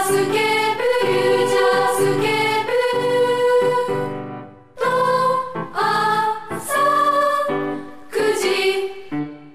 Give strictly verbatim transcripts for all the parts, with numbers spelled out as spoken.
スケープフューチャースケープと朝くじ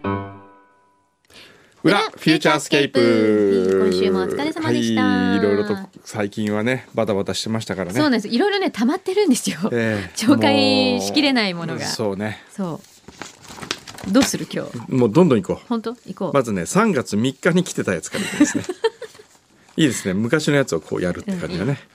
裏フューチャースケープ。 今週もお疲れ様でした。 はい、いろいろと最近はねバタバタしてましたからね。 そうなんです。いろいろね溜まってるんですよ、 えー、 紹介しきれないものが。 そうね。 そうどうする今日。 もうどんどん行こう。 本当行こう。 まずねさんがつみっかに来てたやつからですねいいですね、昔のやつをこうやるって感じだね、うんうん、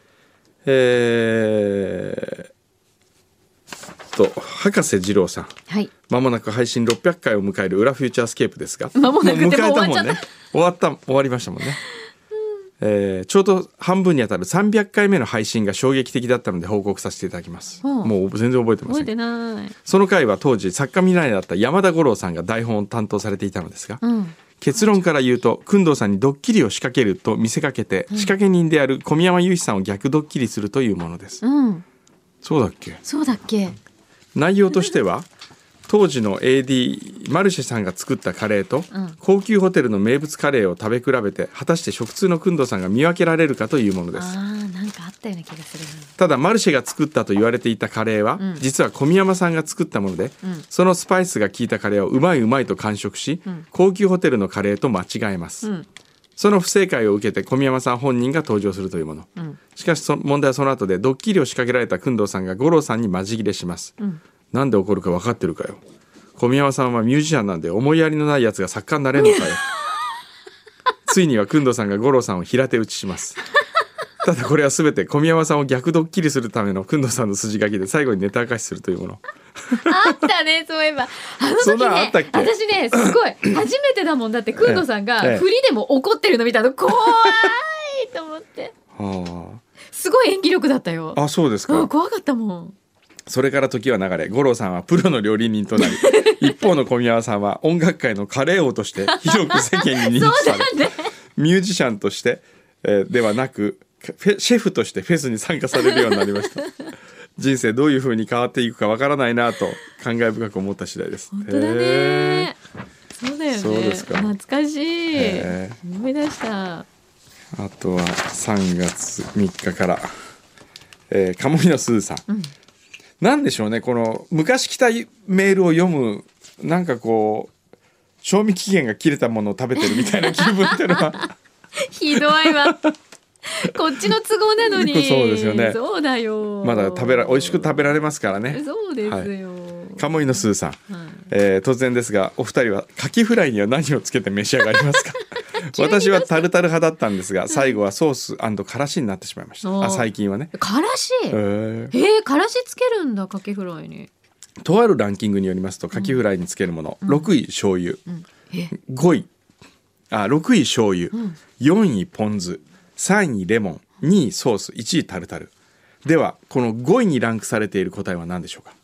えーと博士二郎さん、はい、間もなく配信ろっぴゃっかいを迎える裏フューチャースケープですが、 間もなくもう迎えたもんね。終わった終わりましたもんね、うんえー、ちょうど半分にあたるさんびゃっかいめの配信が衝撃的だったので報告させていただきます、うん、もう全然覚えてません。 覚えてない。 その回は当時作家未来だった山田五郎さんが台本を担当されていたのですが、うん、結論から言うと工藤さんにドッキリを仕掛けると見せかけて、うん、仕掛け人である小宮山雄飛さんを逆ドッキリするというものです、うん、そうだっけそうだっけ。 内容としては当時の エーディー マルシェさんが作ったカレーと、うん、高級ホテルの名物カレーを食べ比べて果たして食通の工藤さんが見分けられるかというものです。 あーなんかあったような気がするな。 ただマルシェが作ったと言われていたカレーは、うん、実は小宮山さんが作ったもので、うん、そのスパイスが効いたカレーをうまいうまいと完食し、うん、高級ホテルのカレーと間違えます、うん、その不正解を受けて小宮山さん本人が登場するというもの、うん、しかしそ問題はその後でドッキリを仕掛けられた工藤さんが五郎さんにマジ切れします、うん、なんで怒るか分かってるかよ。小宮山さんはミュージシャンなんで思いやりのないやつが作家になれるのかよついには工藤さんが五郎さんを平手打ちします。ただこれは全て小宮山さんを逆ドッキリするための工藤さんの筋書きで最後にネタ明かしするというものあったね。そういえばあの時ね、 そんなあったっけ。 私ねすごい初めてだもんだって工藤さんが振りでも怒ってるの見たの怖いと思って、はあ、すごい演技力だったよ。 あ、そうですか、 うん、怖かったもん。それから時は流れ五郎さんはプロの料理人となり一方の小宮山さんは音楽界のカレー王として広く世間に認知され、ね、ミュージシャンとして、えー、ではなくシェフとしてフェスに参加されるようになりました人生どういう風に変わっていくかわからないなと感慨深く思った次第です。 本当だね。そうだよね。 そうですか。 懐かしい。思い出した。 あとはさんがつみっかから、えー、鴨井のすずさん、うん、なんでしょうね、この昔来たメールを読む、なんかこう賞味期限が切れたものを食べてるみたいな気分っていうのはひどいわこっちの都合なのにそうですよね。 そうだよ。 まだ食べら美味しく食べられますからね。 そうですよ、はい、 鴨井のすずさん、はい、えー、突然ですがお二人はカキフライには何をつけて召し上がりますか私はタルタル派だったんですが最後はソース&からしになってしまいました。あ、最近はねからし、えー、えー、からしつけるんだカキフライに。 とあるランキングによりますとカキフライにつけるもの、うん、ろくい醤油、うん、ごいあろくい醤油、うん、よんいポン酢、さんいレモン、にいソース、いちいタルタル。ではこのごいにランクされている答えは何でしょうか。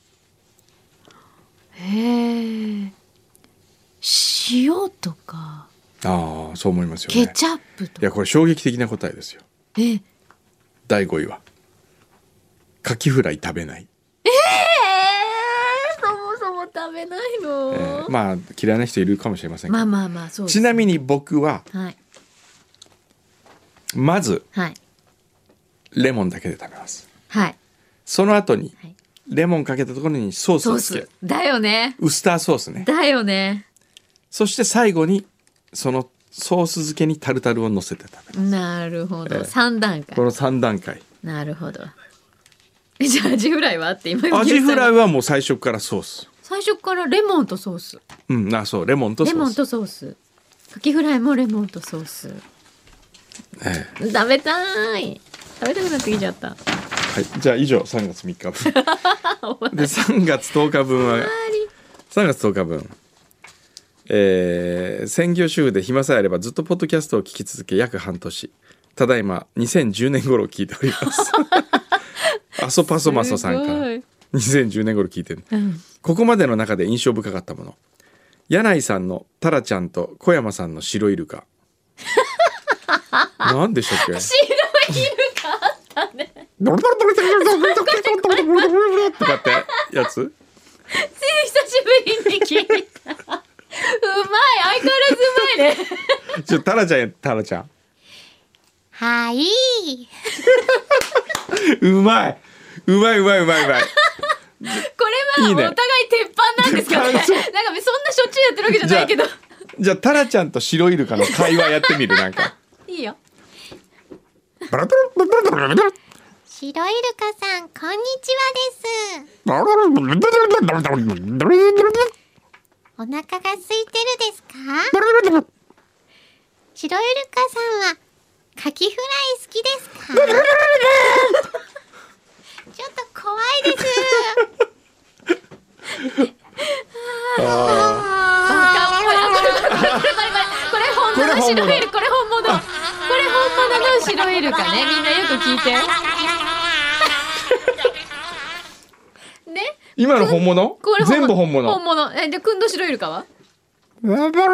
へえ、塩とか。 ああ、そう思いますよね。 ケチャップとか。 いやこれ衝撃的な答えですよ。 えだいごいはカキフライ食べない。 えー、そもそも食べないの、 えー、まあ嫌いな人いるかもしれませんけど、 まあまあまあそうです。 ちなみに僕は、 はい、 まず、 はい、 レモンだけで食べます、 はい、 その後に、はい、レモンかけたところにソースをつける。 だよね。 ウスターソースね。 だよね。 そして最後にそのソース漬けにタルタルを乗せて食べます。 なるほど、えー、さんだんかい。 このさんだんかい。 なるほど。じゃあアジフライはって今アジフライはもう最初からソース。 最初からレモンとソース。 うん、あ、そうレモンとソース。 レモンとソース。カキフライもレモンとソース。ええ、食べたい。食べたくなってきちゃった。はい、じゃあ以上さんがつみっかぶんでさんがつとおかぶんはさんがつとおかぶん、えー、専業主婦で暇さえあればずっとポッドキャストを聞き続け約半年、ただいまにせんじゅうねん頃聞いておりますアソパソマソさんからにせんじゅうねん頃聞いてる、うん、ここまでの中で印象深かったもの、柳井さんのタラちゃんと小山さんの白イルカ何でしたっけ。 白イルカあったねとかってやつ久しぶりに聞いたうまい、相変わらずうまいねちょタラちゃんやタラちゃんはい。 うまいうまいうまいうまいうまい。 これはおいいね互い鉄板なんですかね。 鉄板なんかそんなしょっちゅうやってるわけじゃないけど。 じゃあタラちゃんと白イルカの会話やってみるなんか。 いいよ。 バラバラバラバラバラ白イルカさん、こんにちはです。お腹が空いてるですか？白イルカさんはカキフライ好きですか？ちょっと怖いです。 あバカっぽい。あ、これこれこれこれこれこれ本物の白イルカ、これ本物。これ本物の白イルカね。みんなよく聞いて。ね？ 今の本物？ これ全部本物。 本物。え、で、くんど白イルカは？ね、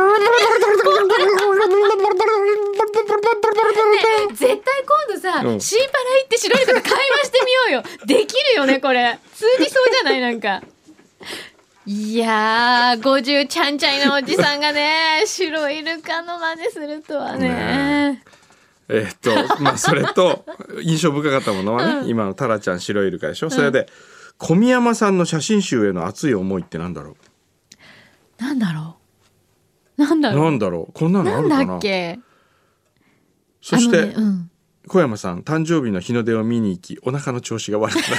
絶対今度さ、 うんシーパラ行って白イルカと会話してみようよ。できるよねこれ。通じそうじゃないなんか。いやー、ごじゅうちゃんちゃいのおじさんがね、白イルカの真似するとはね。 えーっとまあそれと印象深かったものはね、 うん今のタラちゃん白イルカでしょ。それで小宮山さんの写真集への熱い思いってなんだろなんだろう。なんだう。 ろう。 なんだろう。こんなのあるなんかな。 だっけ。 そして、 あのねうん、 小山さん誕生日の日の出を見に行きお腹の調子が悪くなった。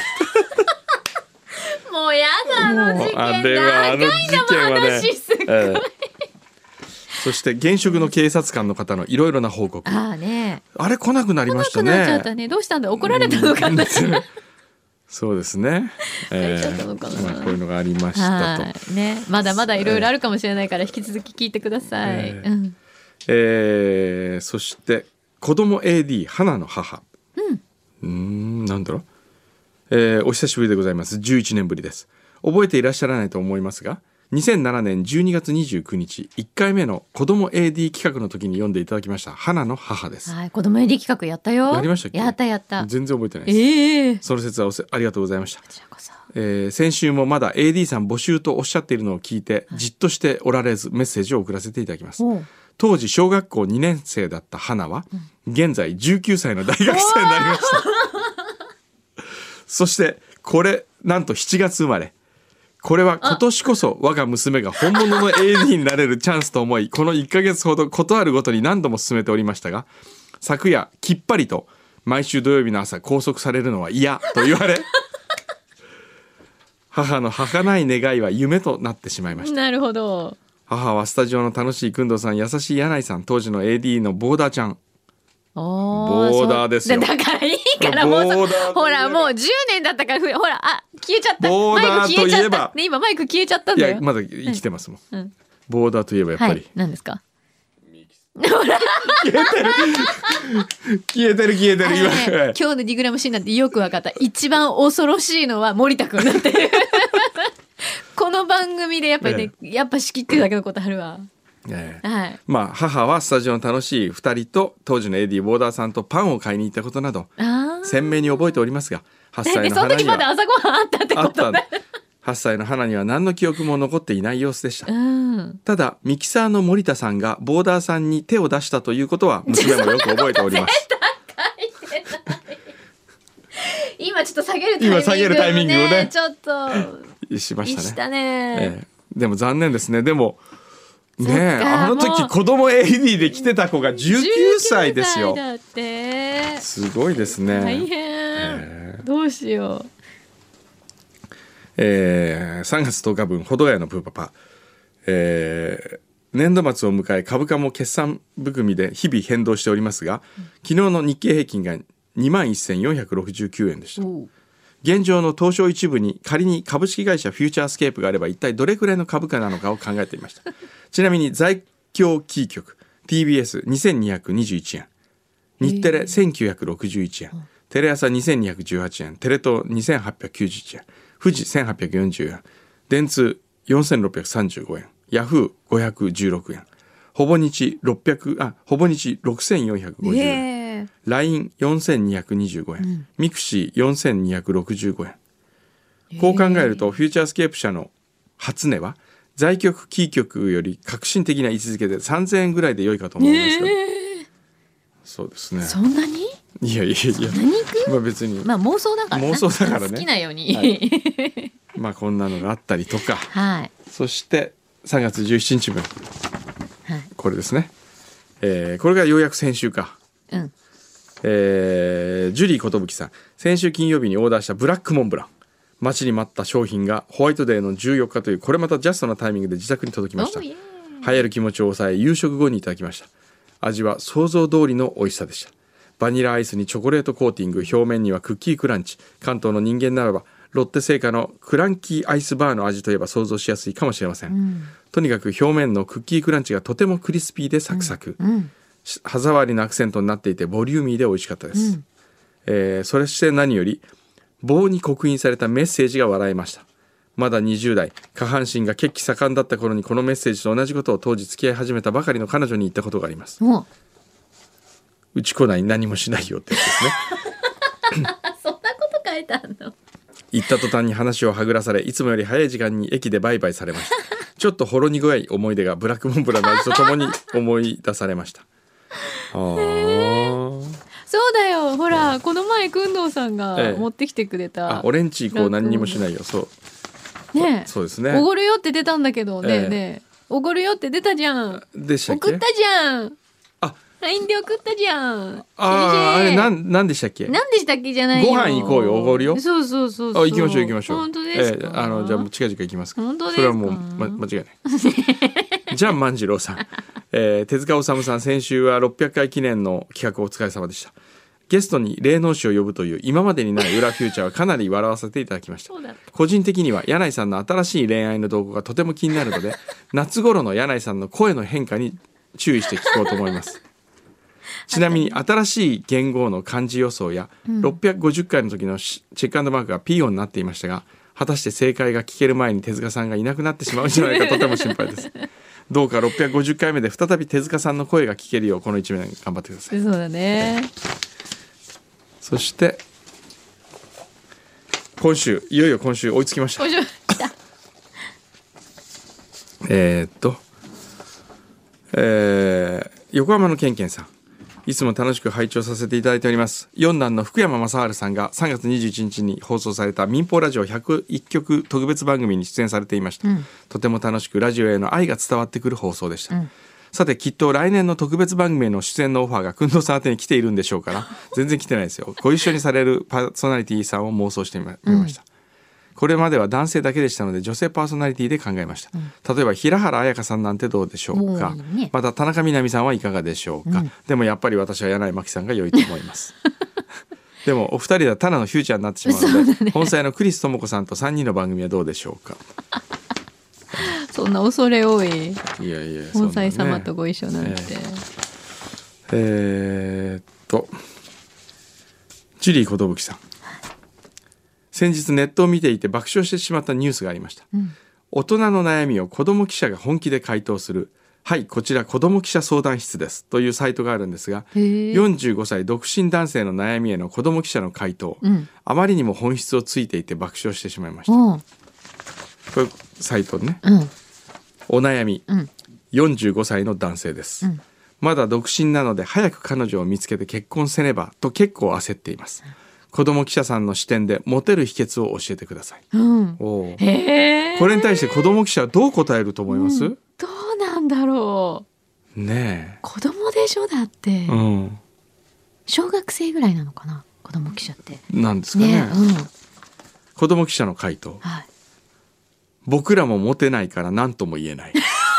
もうやだあの事件。 あれはあの事件はね話すっごい。 ええそして現職の警察官の方のいろいろな報告。 ああね。 あれ来なくなりました来なくなっちゃっね。 たね。どうしたんだ。怒られたのかな。 そうですね。えちょっとのかなまあこういうのがありましたと。 はいね。まだまだいろいろあるかもしれないから引き続き聞いてください。 ええうん。 えーそして子供 エーディー 花の母。 うん。 うーんなんだろう、えーお久しぶりでございます。じゅういちねんぶりです。覚えていらっしゃらないと思いますがにせんななねんじゅうにがつにじゅうくにちいっかいめの子供 エーディー 企画の時に読んでいただきました花の母です。 はい。子供エディ企画やったよ。 やりましたっけ？ やったやった。 全然覚えてないです。 ええその説はおせありがとうございました。 こちらこそ。 えー先週もまだ エーディー さん募集とおっしゃっているのを聞いてじっとしておられずメッセージを送らせていただきます。 おう。 当時小学校にねん生だった花は、現在じゅうきゅうさいの大学生になりましたそしてこれなんとしちがつ生まれ。これは今年こそ我が娘が本物の エーディー になれるチャンスと思いこのいっかげつほど事あるごとに何度も進めておりましたが昨夜きっぱりと毎週土曜日の朝拘束されるのは嫌と言われ母の儚い願いは夢となってしまいました。 なるほど。 母はスタジオの楽しい工藤さん、優しい柳井さん、当時の エーディー のボーダーちゃん。 おボーダーですよそうだからいいからもうボーダーといえばほらもうじゅうねんだったからふほらあ消えちゃったボーダーマイク消えちゃといえばった、ね、今マイク消えちゃったんだよ。 いやまだ生きてますもん、 うんボーダーといえばやっぱり、 はい、何ですか。 消えてる消えてる消えてるあのね今今日のディグラムシーンなんてよくわかった。一番恐ろしいのは森田くんだっていうこの番組でやっぱりね、やっぱ仕切ってるだけのことあるわ。 ええはい。 まあ母はスタジオの楽しいふたりと当時の エーディー ボーダーさんとパンを買いに行ったことなどああ。 鮮明に覚えておりますがはっさいでそのの花には時まだ朝ごはんあったってあったことね。 はっさいの花には何の記憶も残っていない様子でした。 うん。 ただミキサーの森田さんがボーダーさんに手を出したということは娘もよく覚えております今ちょっと下げるタイミングをね。 今下げるタイミングをねちょっとしましたねしたね。 ええでも残念ですね。でもねそっえかあの時もう子供 エーディー で来てた子がじゅうきゅうさいですよじゅうきゅうさいだって。 すごいですね。 大変、 えどうしよえーさんがつとおか分ほどやのプーパパ、えー年度末を迎え株価も決算含みで日々変動しておりますが、昨日の日経平均が にまんせんよんひゃくろくじゅうきゅうえんでした。 う。 現状の東証一部に仮に株式会社フューチャースケープがあれば一体どれくらいの株価なのかを考えていましたちなみに在京キー局 ティービーエスにせんにひゃくにじゅういちえん、日テレせんきゅうひゃくろくじゅういちえん、テレ朝にせんにひゃくじゅうはちえん、テレ東にせんはっぴゃくきゅうじゅういちえん、富士せんはっぴゃくよんじゅうえん、電通よんせんろっぴゃくさんじゅうごえん、ヤフーごひゃくじゅうろくえん、ほぼ日ろっぴゃくあほぼ日ろくせんよんひゃくごじゅうえん、 ええ。 ラインよんせんにひゃくにじゅうごえん、うん、ミクシーよんせんにひゃくろくじゅうごえん。こう考えるとフューチャースケープ社の初値は在局キー局より革新的な位置づけでさんぜんえんぐらいで良いかと思いますけど、えー、 そうですね。 そんなにいやいやいや、 何行くまあ別に、 まあ妄想だからな妄想だからね好きなように。 はいまあこんなのがあったりとか、 はい。 そしてさんがつじゅうしちにちぶん、 はい。 これですね、えーこれがようやく先週か、 うん。 えージュリー寿さん、先週金曜日にオーダーしたブラックモンブラン、待ちに待った商品がホワイトデーのじゅうよっかというこれまたジャストなタイミングで自宅に届きました。 おーイエ流行る気持ちを抑え夕食後にいただきました。味は想像通りの美味しさでした。バニラアイスにチョコレートコーティング、表面にはクッキークランチ。関東の人間ならばロッテ製菓のクランキーアイスバーの味といえば想像しやすいかもしれません、 うん。 とにかく表面のクッキークランチがとてもクリスピーでサクサク、 うん。 歯触りのアクセントになっていてボリューミーで美味しかったです、 うんえーそれして何より棒に刻印されたメッセージが笑えました。まだにじゅう代、下半身が血気盛んだった頃にこのメッセージと同じことを当時付き合い始めたばかりの彼女に言ったことがあります。 もう。 うち来ない何もしないよってやつですね。 あ、そんなこと書いてあるの。 言った途端に話をはぐらされ、いつもより早い時間に駅でバイバイされましたちょっとほろ苦い思い出がブラックモンブランの味とともに思い出されましたあーそうだよ。ほら、この前くんどうさんがええ持ってきてくれた。 あ、俺んち行こう何にもしないよ。そうねえ。 そうですね。 おごるよって出たんだけど、ねえええねえ。おごるよって出たじゃん。 でしたっけ。 送ったじゃん。 あ、 ライン で送ったじゃん。 あー、あれななんなんでしたっけ。 何でしたっけじゃないよ。 ご飯行こうよ、おごるよ。 そうそうそうそう。 あ、行きましょう行きましょう。 本当ですか。 ええ、あのじゃあもう近々行きますから。 本当ですか。 それはもう、ま、間違いない。じゃあ万次郎さん、えー、手塚治虫さん、先週はろっぴゃっかい記念の企画お疲れ様でした。ゲストに霊能師を呼ぶという今までにない裏フューチャーはかなり笑わせていただきました。 そうだった。 個人的には柳井さんの新しい恋愛の動向がとても気になるので夏頃の柳井さんの声の変化に注意して聞こうと思いますちなみに新しい元号の漢字予想や、うん、ろっぴゃくごじゅっかいの時のチェック&マークがピー音になっていましたが、果たして正解が聞ける前に手塚さんがいなくなってしまうんじゃないかとても心配ですどうかろっぴゃくごじゅっかいめで再び手塚さんの声が聞けるようこのいちねん頑張ってください。 そうだね。 そして今週いよいよ今週追いつきました。 今週来たえー、っと、えー、横浜のケンケンさん、いつも楽しく拝聴させていただいております。四男の福山雅治さんがさんがつにじゅういちにちに放送された民放ラジオひゃくいっきょく特別番組に出演されていました、うん、とても楽しくラジオへの愛が伝わってくる放送でした、うん、さてきっと来年の特別番組への出演のオファーがくんどうさん宛てに来ているんでしょうから全然来てないですよ。ご一緒にされるパーソナリティさんを妄想してみました、うん、これまでは男性だけでしたので女性パーソナリティで考えました、うん、例えば平原綾香さんなんてどうでしょうか、ね、また田中みな実さんはいかがでしょうか、うん、でもやっぱり私は柳井真紀さんが良いと思いますでもお二人はただのフューチャーになってしまうので、ね、本妻のクリス智子さんとさんにんの番組はどうでしょうかそんな恐れ多い。 いやいや、 本妻様とご一緒なんて、 えー、えー、っとジュリー寿さん、先日ネットを見ていて爆笑してしまったニュースがありました、うん、大人の悩みを子ども記者が本気で回答する、はいこちら子ども記者相談室ですというサイトがあるんですが、よんじゅうごさい独身男性の悩みへの子ども記者の回答、うん、あまりにも本質をついていて爆笑してしまいました。これサイトね、うん、お悩み、うん、よんじゅうごさいの男性です、うん、まだ独身なので早く彼女を見つけて結婚せねばと結構焦っています、うん、子ども記者さんの視点でモテる秘訣を教えてください、うん、おへー、これに対して子ども記者はどう答えると思います、うん、 どうなんだろうねえ、 子供でしょだって、うん、小学生ぐらいなのかな子ども記者ってなんですか ね, ね、うん、子ども記者の回答、はい、僕らもモテないから何とも言えない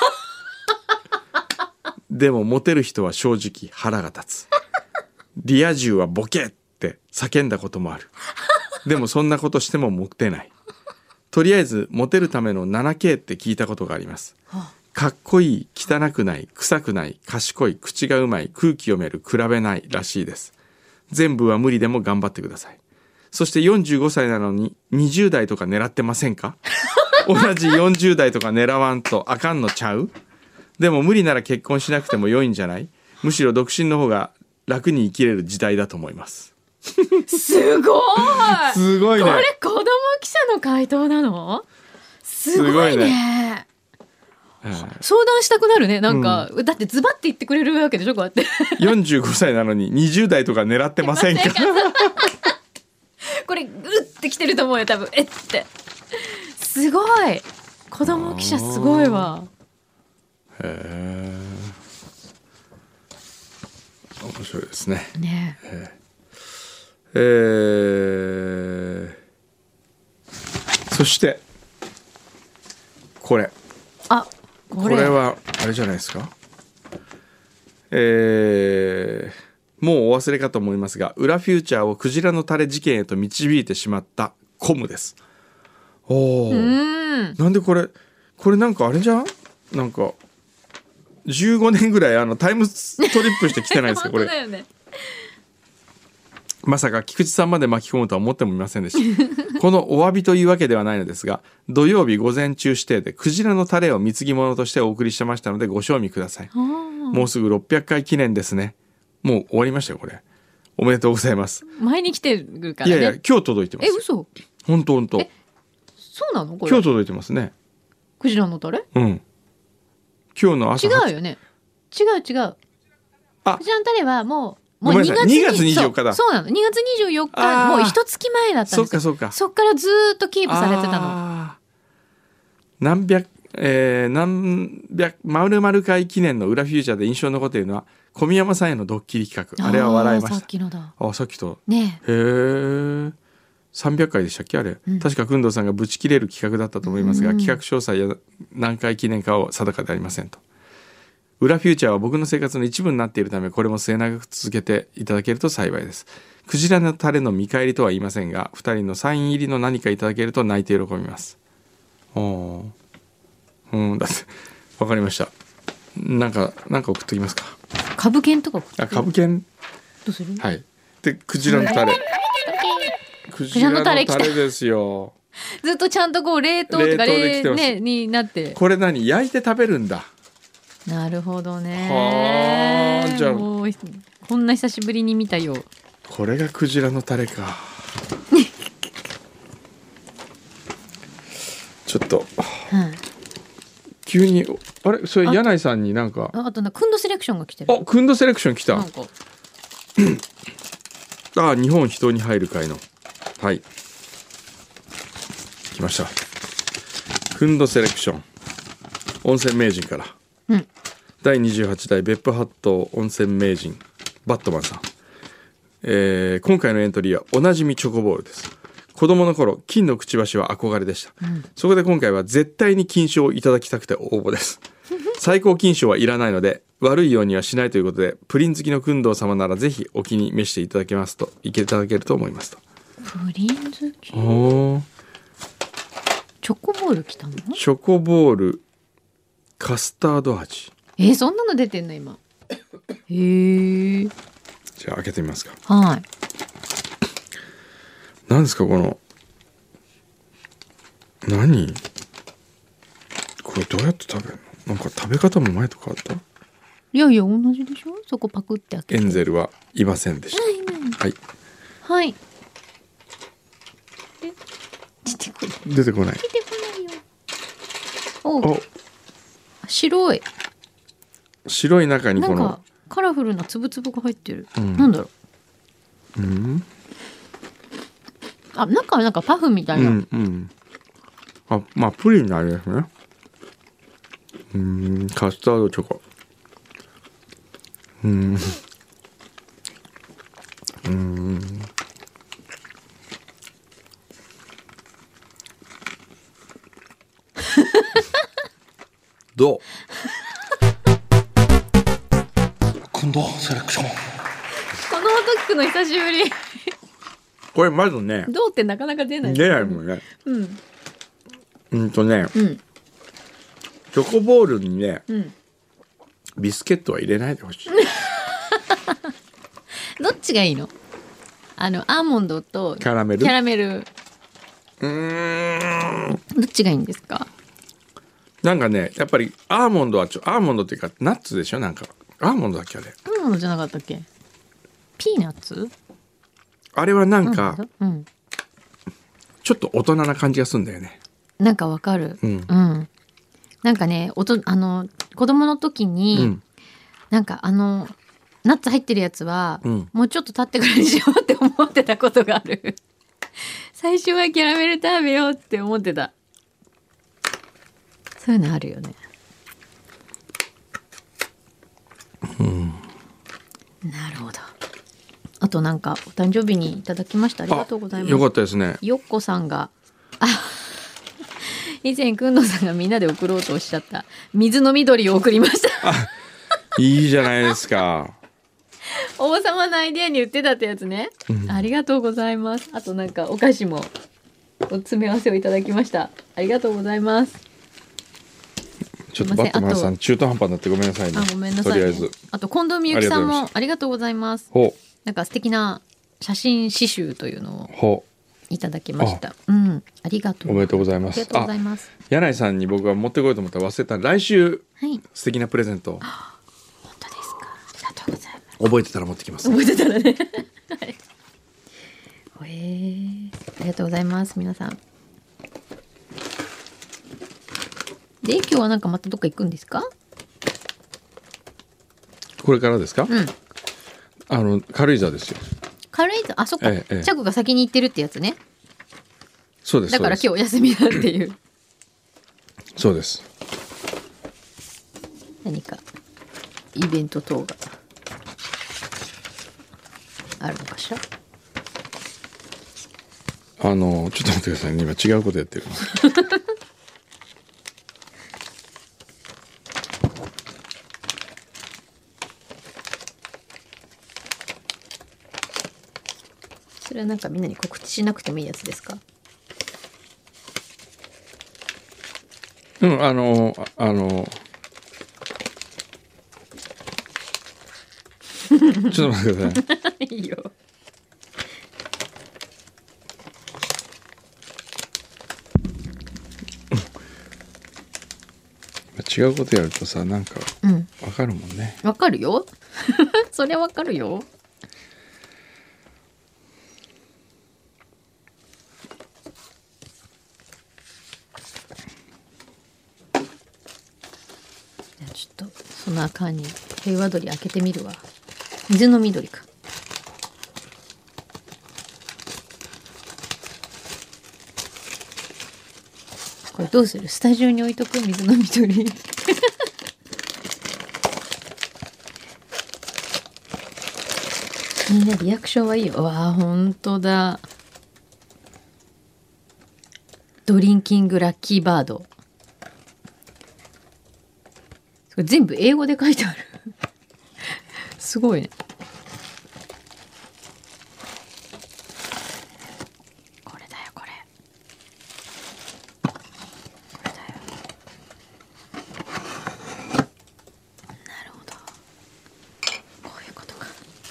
でもモテる人は正直腹が立つリア充はボケって叫んだこともあるでもそんなことしてもモテない。とりあえずモテるための ななケー って聞いたことがあります。かっこいい、汚くない、臭くない、賢い、口がうまい、空気読める、比べないらしいです。全部は無理でも頑張ってください。そしてよんじゅうごさいなのににじゅう代とか狙ってませんか同じよんじゅう代とか狙わんとあかんのちゃう？でも無理なら結婚しなくても良いんじゃない？むしろ独身の方が楽に生きれる時代だと思います。 すごいすごいね。 これ子供記者の回答なの？すごいね。 相談したくなるねなんか、うん、だってズバッて言ってくれるわけでしょこうやってよんじゅうごさいなのににじゅう代とか狙ってませんかこれうってきてると思うよ多分えってすごい子供記者すごいわへえ面白いですねねえー、えー、そしてこれあこれこれはあれじゃないですかえー、もうお忘れかと思いますが裏フューチャーをクジラのタレ事件へと導いてしまったコムです。おーなんでこれこれなんかあれじゃんなんかじゅうごねんぐらいあのタイムトリップしてきてないですかこれ。 本当だよね。 まさか菊池さんまで巻き込むとは思ってもみませんでしたこのお詫びというわけではないのですが土曜日午前中指定でクジラのタレを貢ぎ物としてお送りしてましたのでご賞味ください。もうすぐろっぴゃっかい記念ですね。もう終わりましたよこれ。おめでとうございます。 前に来てるからね。 いやいや今日届いてます。 え嘘本当本当。 そうなのこれ今日届いてますね。 クジラのタレうん今日の朝違うよね違う違うあクジラのタレはもうもうごめんなさいににがつにじゅうよっかだ。 そう、そうなのにがつにじゅうよっかもう一月前だったんですよ。 そうかそうかそっからずっとキープされてたの。 あ何百えー、何百丸々回記念の裏フューチャーで印象に残っているのは小宮山さんへのドッキリ企画。あれは笑いました。 さっきのだあさっきとねえへえさんびゃっかいでしたっけあれ、うん、確か工藤さんがブチ切れる企画だったと思いますが、うん、企画詳細や何回記念かは定かでありませんと。裏フューチャーは僕の生活の一部になっているためこれも末永く続けていただけると幸いです。クジラのタレの見返りとは言いませんがふたりのサイン入りの何かいただけると泣いて喜びます。おーうんだってわかりました。なんかなんか送っときますか。 株券とか送ってあ株券どうする。 はいでクジラのタレクジラのタレですよ。 ずっとちゃんとこう冷凍とか冷凍、ね、になってこれ何焼いて食べるんだ。 なるほどね。はあじゃあもうこんな久しぶりに見たよ。 これがクジラのタレかちょっと、はい、急にあれそれ柳井さんになんかあ, あとなクンドセレクションが来てる。 あクンドセレクション来た。なんかあ日本人に入る会のはい来ました。クンドセレクション温泉名人から、うん、だいにじゅうはち代別府八島温泉名人バットマンさん、えー、今回のエントリーはおなじみチョコボールです。子供の頃金のくちばしは憧れでした、うん、そこで今回は絶対に金賞をいただきたくて応募です最高金賞はいらないので悪いようにはしないということでプリン好きの工藤様ならぜひお気に召していただけますといただけると思いますと。 プリン好きおチョコボール来たの。 チョコボールカスタード味。 えー、そんなの出てんの今へえ。 じゃあ開けてみますか。 はい。 何ですかこの何これどうやって食べるの。なんか食べ方も前とかあった。 いやいや同じでしょ。そこパクって開けて。 エンゼルはいませんでした。はいはい。 出てこない。 出てこないよ。お白い白い中にこのなんかカラフルなつぶつぶが入ってる、うん、なんだろう、うん、あ中はなんかパフみたいな、 うんうん、あまあプリンのあれですね。うんカスタードチョコうんうんどうくんどセレクション。 この音聞くの久しぶりこれまずねどうってなかなか出ない。 出ないもんね。 うんうんとね、 うん、 チョコボールにね、 うん、 ビスケットは入れないでほしいどっちがいいの。あのアーモンドとキャラメルキャラメルうーんどっちがいいんですか。 なんかねやっぱりアーモンドはちょアーモンドっていうかナッツでしょ。なんかアーモンドだっけあれ。 アーモンドじゃなかったっけ。ピーナッツあれはなんか、 うん、 ちょっと大人な感じがするんだよね。 なんかわかる、 うんうん、 なんかねおとあの子供の時に、 うんなんかあのナッツ入ってるやつは、 うんもうちょっと経ってからにしようって思ってたことがある最初はキャラメル食べようって思ってた。そういうのあるよね。なるほど。あとなんかお誕生日にいただきました。ありがとうございます。 よかったですね。 よっこさんがあ以前くんのさんがみんなで送ろうとおっしゃった水の緑を送りましたいいじゃないですか。 王様のアイデアに売ってたってやつね、 うんありがとうございます。あとなんかお菓子もお詰め合わせをいただきました。ありがとうございます。 ちょっとバットマンさすいませんん中途半端になってごめんなさいね。 あごめんなさい、ね、 とりあえずあと近藤美由紀さんもありがとうございます。 ほなんか素敵な写真刺繍というのをうほいただきました。うんありがとううおめでとうございます。 ありがとうございます。 あ柳井さんに僕は持ってこようと思ったら忘れた。来週はい素敵なプレゼント本当ですか。ありがとうございます。 覚えてたら持ってきます。 覚えてたらねはいへえありがとうございます皆さん。で今日はなんかまたどっか行くんですか。 これからですか？ うんあの軽井沢ですよ。 軽井沢あそっか、 ええええチャクが先に行ってるってやつね。 そうです。 だからそう今日休みだっていうですそうです。 何かイベント等があるのかしら。 あのちょっと待ってくださいね。今違うことやってる。 それはなんかみんなに告知しなくてもいいやつですか。 うんあのああのちょっと待ってください。 いいよ。 違うことやるとさなんかうんわかるもんね。 わかるよそれわかるよ。じゃあちょっとその間に平和鳥開けてみるわ。水の緑か。これどうする？スタジオに置いとく水の緑みんなリアクションはいいよ。わあ本当だ。ドリンキングラッキーバード。これ全部英語で書いてあるすごいね。これだよこれ。これだよ。なるほど。こういうことか。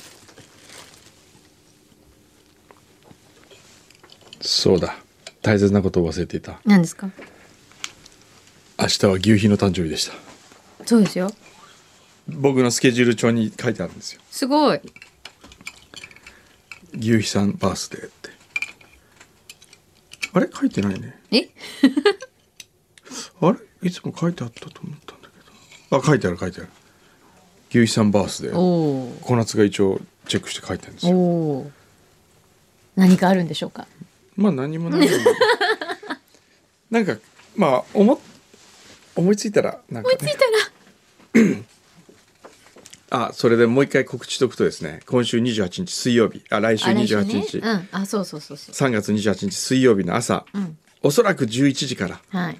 そうだ大切なことを忘れていた。 何ですか。 明日は牛皮の誕生日でした。 そうですよ。 僕のスケジュール帳に書いてあるんですよ。 すごい。 牛皮さんバースデーって。あれ書いてないね。 えあれいつも書いてあったと思ったんだけど。あ書いてある書いてある。牛皮さんバースデー。 おー小夏が一応チェックして書いてあるんですよ。 おー。何かあるんでしょうか。 まあ何もない。なんかまあ思っ思いついたらなんか、ね、 思いついたらあそれでもう一回告知しとくとですね、今週にじゅうはちにち水曜日あ来週にじゅうはちにち、 ね、うんあそうそうそうそう。 さんがつにじゅうはちにち水曜日の朝、 うんおそらくじゅういちじからはい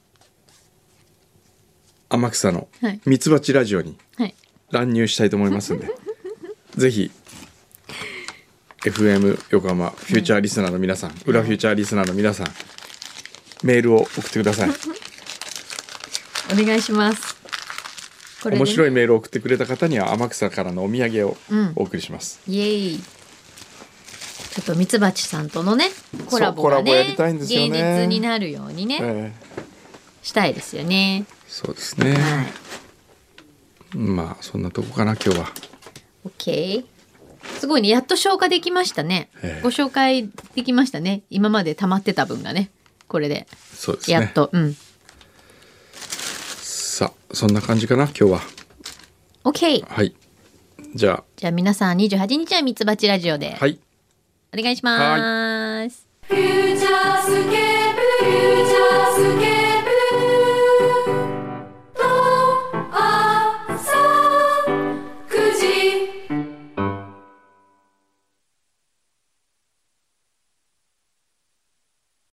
天草のはいミツバチラジオにはい乱入したいと思いますんでぜひ エフエム 横浜フューチャーリスナーの皆さん、裏フューチャーリスナーの皆さんメールを送ってください。 お願いします。これでね面白いメールを送ってくれた方には天草からのお土産をうんお送りします。 イエーイ。ちょっとミツバチさんとのねコラボがそうコラボやねりたいんですよね現実になるようにね、 ええしたいですよね。 そうですね。 はい。 まあそんなとこかな今日は。 オッケー。すごいねやっと消化できましたね。 ええご紹介できましたね。今まで溜まってた分がねこれでそうですね。 やっと、うん。 そんな感じかな今日は。 OK。 はいじゃじゃあ皆さんにじゅうはちにちはミツバチラジオであはいお願いします。 フューチャースケープ